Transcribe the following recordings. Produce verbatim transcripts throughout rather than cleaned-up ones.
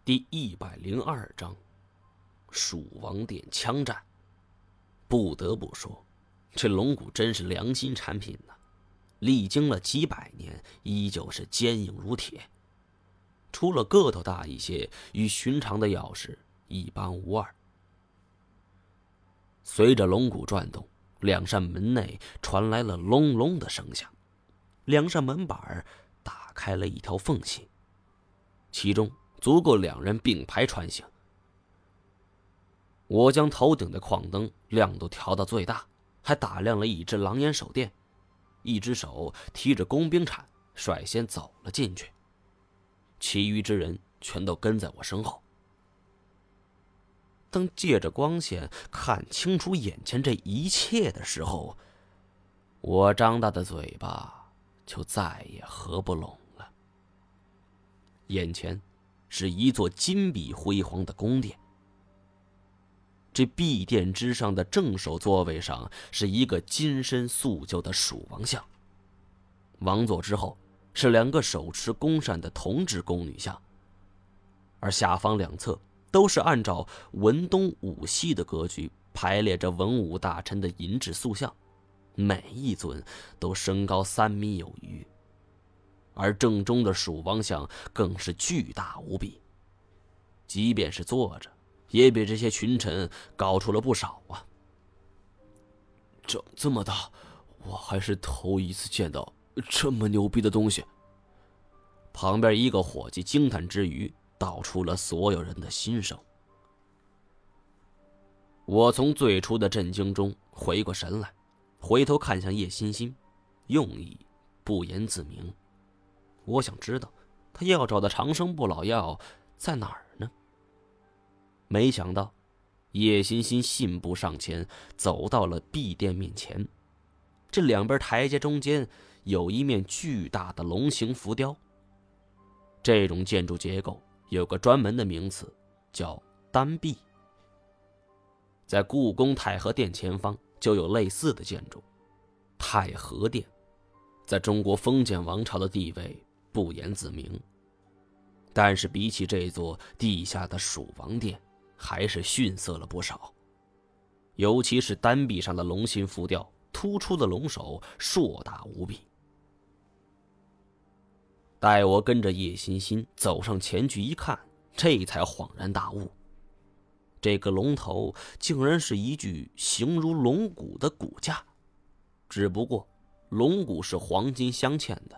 第一百零二章，蜀王殿枪战。不得不说，这龙骨真是良心产品呢、啊，历经了几百年，依旧是坚硬如铁。除了个头大一些，与寻常的钥匙一般无二。随着龙骨转动，两扇门内传来了隆隆的声响，两扇门板打开了一条缝隙，其中足够两人并排穿行。我将头顶的矿灯亮度调到最大，还打亮了一只狼烟手电，一只手提着工兵铲，率先走了进去，其余之人全都跟在我身后。当借着光线看清楚眼前这一切的时候，我张大的嘴巴就再也合不拢了。眼前是一座金碧辉煌的宫殿，这碧殿之上的正手座位上是一个金身塑就的蜀王像，王座之后是两个手持弓扇的铜制宫女像，而下方两侧都是按照文东武西的格局排列着文武大臣的银质塑像，每一尊都身高三米有余，而正中的蜀王像更是巨大无比，即便是坐着也比这些群臣高出了不少啊！这这么大，我还是头一次见到这么牛逼的东西。旁边一个伙计惊叹之余，道出了所有人的心声。我从最初的震惊中回过神来，回头看向叶欣欣，用意不言自明。我想知道他要找的长生不老药在哪儿呢？没想到叶欣欣信步上前，走到了碧殿面前。这两边台阶中间有一面巨大的龙形浮雕，这种建筑结构有个专门的名词，叫单壁。在故宫太和殿前方就有类似的建筑，太和殿在中国封建王朝的地位不言自明，但是比起这座地下的蜀王殿还是逊色了不少。尤其是单壁上的龙形浮雕，突出的龙首硕大无比。待我跟着叶欣欣走上前去一看，这才恍然大悟，这个龙头竟然是一具形如龙骨的骨架，只不过龙骨是黄金镶嵌的。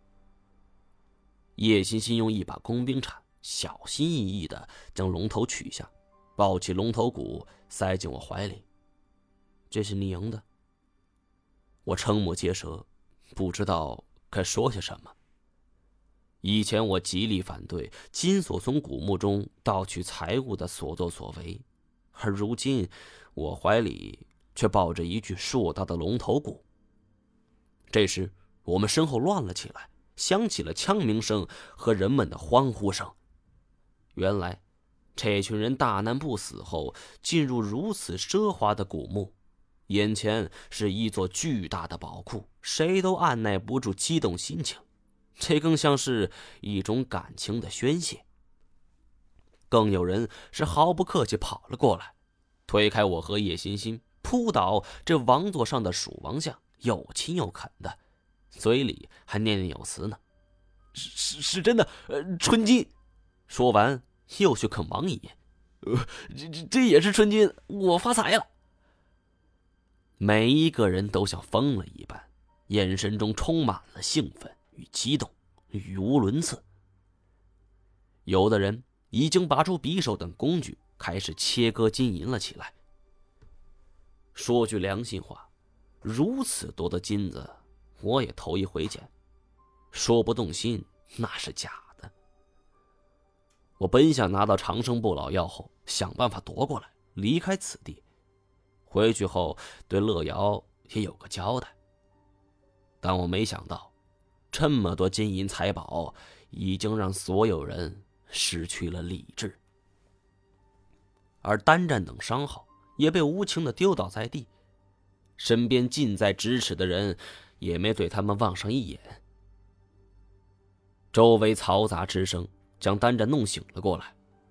叶欣欣用一把工兵铲小心翼翼地将龙头取下，抱起龙头骨塞进我怀里。这是你赢的。我瞠目结舌，不知道该说些什么。以前我极力反对金锁从古墓中盗取财物的所作所为，而如今我怀里却抱着一具硕大的龙头骨。这时我们身后乱了起来，响起了枪鸣声和人们的欢呼声。原来这群人大难不死后进入如此奢华的古墓，眼前是一座巨大的宝库，谁都按耐不住激动心情，这更像是一种感情的宣泄。更有人是毫不客气跑了过来，推开我和叶欣欣，扑倒这王座上的蜀王像，又亲又啃的，嘴里还念念有词呢。是是是真的，呃，纯金。说完又去啃王爷，呃，这这这也是纯金，我发财了。每一个人都像疯了一般，眼神中充满了兴奋与激动，语无伦次。有的人已经拔出匕首等工具，开始切割金银了起来。说句良心话，如此多的金子我也头一回见，说不动心那是假的。我本想拿到长生不老药后想办法夺过来，离开此地，回去后对乐瑶也有个交代。但我没想到，这么多金银财宝已经让所有人失去了理智，而单战等商号也被无情地丢倒在地，身边近在咫尺的人也没对他们望上一眼。周围嘈杂之声将单战弄醒了过来，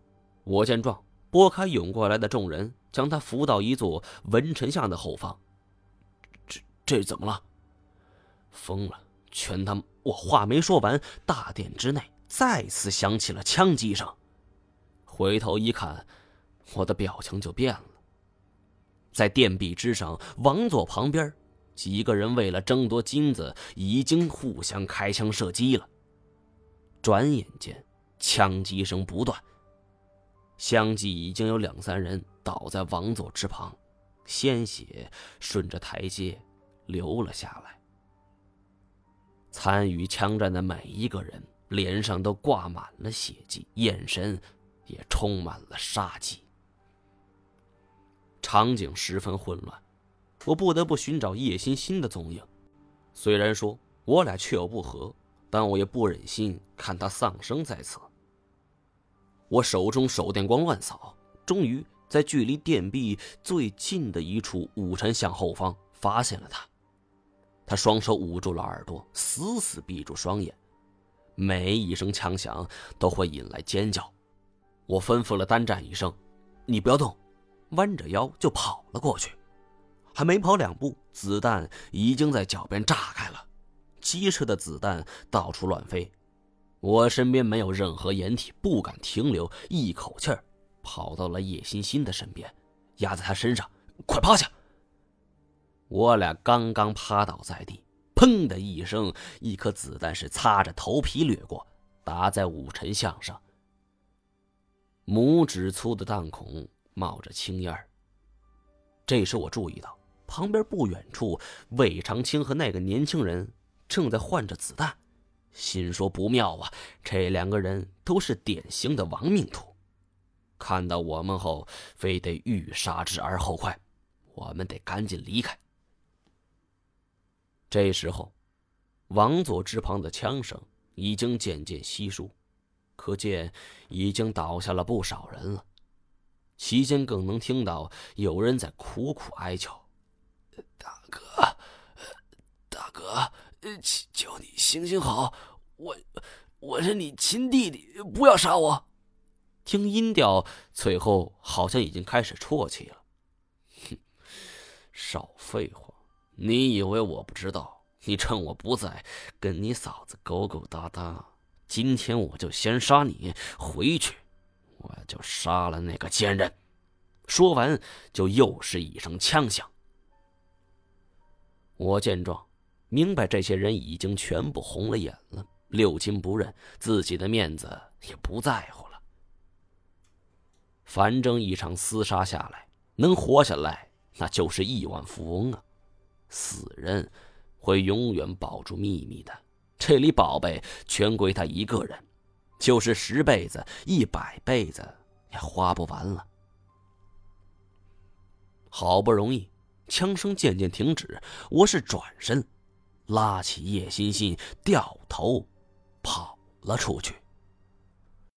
我见状，拨开涌过来的众人，将他扶到一座文臣像的后方。这这怎么了？疯了！全他妈！我话没说完，大殿之内再次响起了枪击声。回头一看，我的表情就变了。在殿壁之上，王座旁边，几个人为了争夺金子，已经互相开枪射击了。转眼间，枪击声不断，相继已经有两三人倒在王座之旁，鲜血顺着台阶流了下来。参与枪战的每一个人脸上都挂满了血迹，眼神也充满了杀机。场景十分混乱，我不得不寻找叶欣欣的踪影。虽然说我俩确有不和，但我也不忍心看他丧生在此。我手中手电光乱扫，终于在距离殿壁最近的一处武臣像后方发现了他。他双手捂住了耳朵，死死闭住双眼，每一声枪响都会引来尖叫。我吩咐了单战一声：“你不要动！”弯着腰就跑了过去。还没跑两步，子弹已经在脚边炸开了，机车的子弹到处乱飞。我身边没有任何掩体，不敢停留，一口气儿跑到了叶欣欣的身边，压在他身上：“快趴下！”我俩刚刚趴倒在地，砰的一声，一颗子弹是擦着头皮掠过，打在武臣像上。拇指粗的弹孔冒着青烟。这时我注意到旁边不远处，魏长青和那个年轻人正在换着子弹，心说不妙啊，这两个人都是典型的亡命徒，看到我们后非得欲杀之而后快，我们得赶紧离开。这时候王座之旁的枪声已经渐渐稀疏，可见已经倒下了不少人了。期间更能听到有人在苦苦哀求：“大哥，大哥，求你行行好，我我是你亲弟弟，不要杀我。”听音调，最后好像已经开始啜泣了。哼，少废话！你以为我不知道？你趁我不在，跟你嫂子勾勾搭搭。今天我就先杀你，回去我就杀了那个奸人。说完，就又是一声枪响。我见状，明白这些人已经全部红了眼了，六亲不认，自己的面子也不在乎了。反正一场厮杀下来，能活下来那就是亿万富翁啊。死人会永远保住秘密的，这里宝贝全归他一个人，就是十辈子一百辈子也花不完了。好不容易枪声渐渐停止，我是转身拉起叶欣欣，掉头跑了出去。